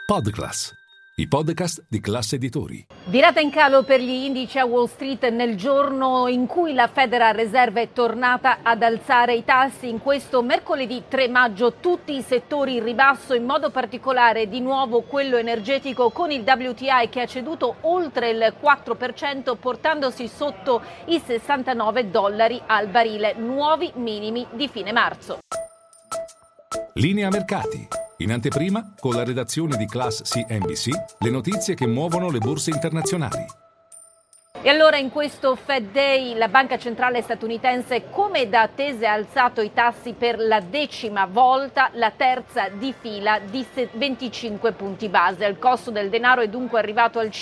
Podclass, i podcast di Class Editori. Virata in calo per gli indici a Wall Street nel giorno in cui la Federal Reserve è tornata ad alzare i tassi. In questo mercoledì 3 maggio tutti i settori in ribasso, in modo particolare di nuovo quello energetico, con il WTI che ha ceduto oltre il 4%, portandosi sotto i $69 al barile, nuovi minimi di fine marzo. Linea mercati. In anteprima, con la redazione di Class CNBC, le notizie che muovono le borse internazionali. E allora in questo Fed Day la banca centrale statunitense, come da attese, ha alzato i tassi per la 10ª volta, la terza di fila, di 25 punti base. Il costo del denaro è dunque arrivato al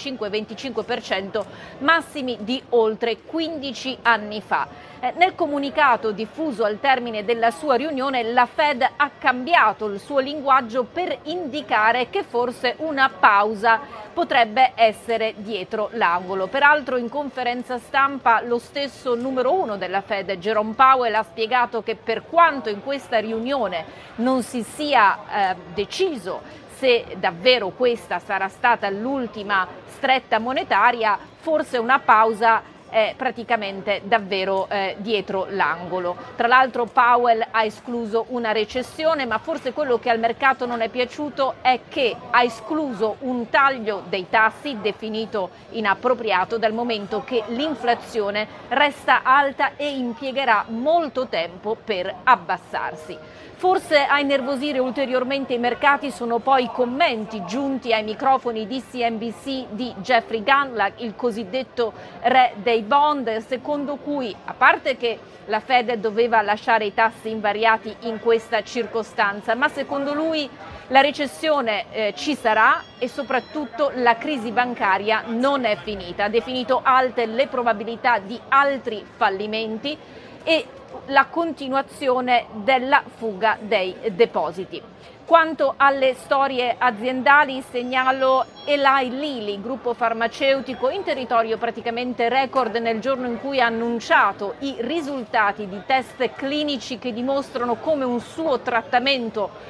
5,25%, massimi di oltre 15 anni fa. Nel comunicato diffuso al termine della sua riunione, la Fed ha cambiato il suo linguaggio per indicare che forse una pausa potrebbe essere dietro l'angolo. Peraltro in conferenza stampa lo stesso numero uno della Fed, Jerome Powell, ha spiegato che per quanto in questa riunione non si sia deciso se davvero questa sarà stata l'ultima stretta monetaria, forse una pausa è praticamente davvero dietro l'angolo. Tra l'altro Powell ha escluso una recessione, ma forse quello che al mercato non è piaciuto è che ha escluso un taglio dei tassi definito inappropriato, dal momento che l'inflazione resta alta e impiegherà molto tempo per abbassarsi. Forse a innervosire ulteriormente i mercati sono poi i commenti giunti ai microfoni di CNBC di Jeffrey Gundlach, il cosiddetto re dei bond, secondo cui, a parte che la Fed doveva lasciare i tassi invariati in questa circostanza, ma secondo lui la recessione ci sarà e soprattutto la crisi bancaria non è finita. Ha definito alte le probabilità di altri fallimenti e la continuazione della fuga dei depositi. Quanto alle storie aziendali, segnalo Eli Lilly, gruppo farmaceutico in territorio praticamente record nel giorno in cui ha annunciato i risultati di test clinici che dimostrano come un suo trattamento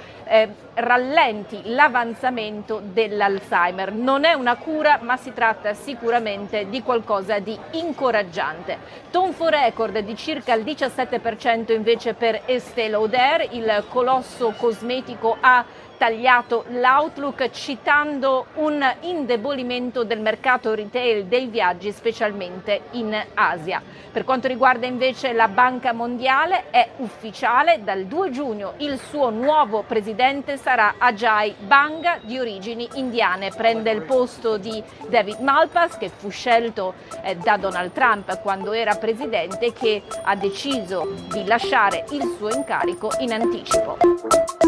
rallenti l'avanzamento dell'Alzheimer. Non è una cura, ma si tratta sicuramente di qualcosa di incoraggiante. Tonfo record di circa il 17% invece per Estée Lauder, il colosso cosmetico ha tagliato l'outlook citando un indebolimento del mercato retail dei viaggi, specialmente in Asia. Per quanto riguarda invece la Banca Mondiale, è ufficiale: dal 2 giugno il suo nuovo presidente sarà Ajay Banga, di origini indiane. Prende il posto di David Malpass, che fu scelto da Donald Trump quando era presidente, che ha deciso di lasciare il suo incarico in anticipo.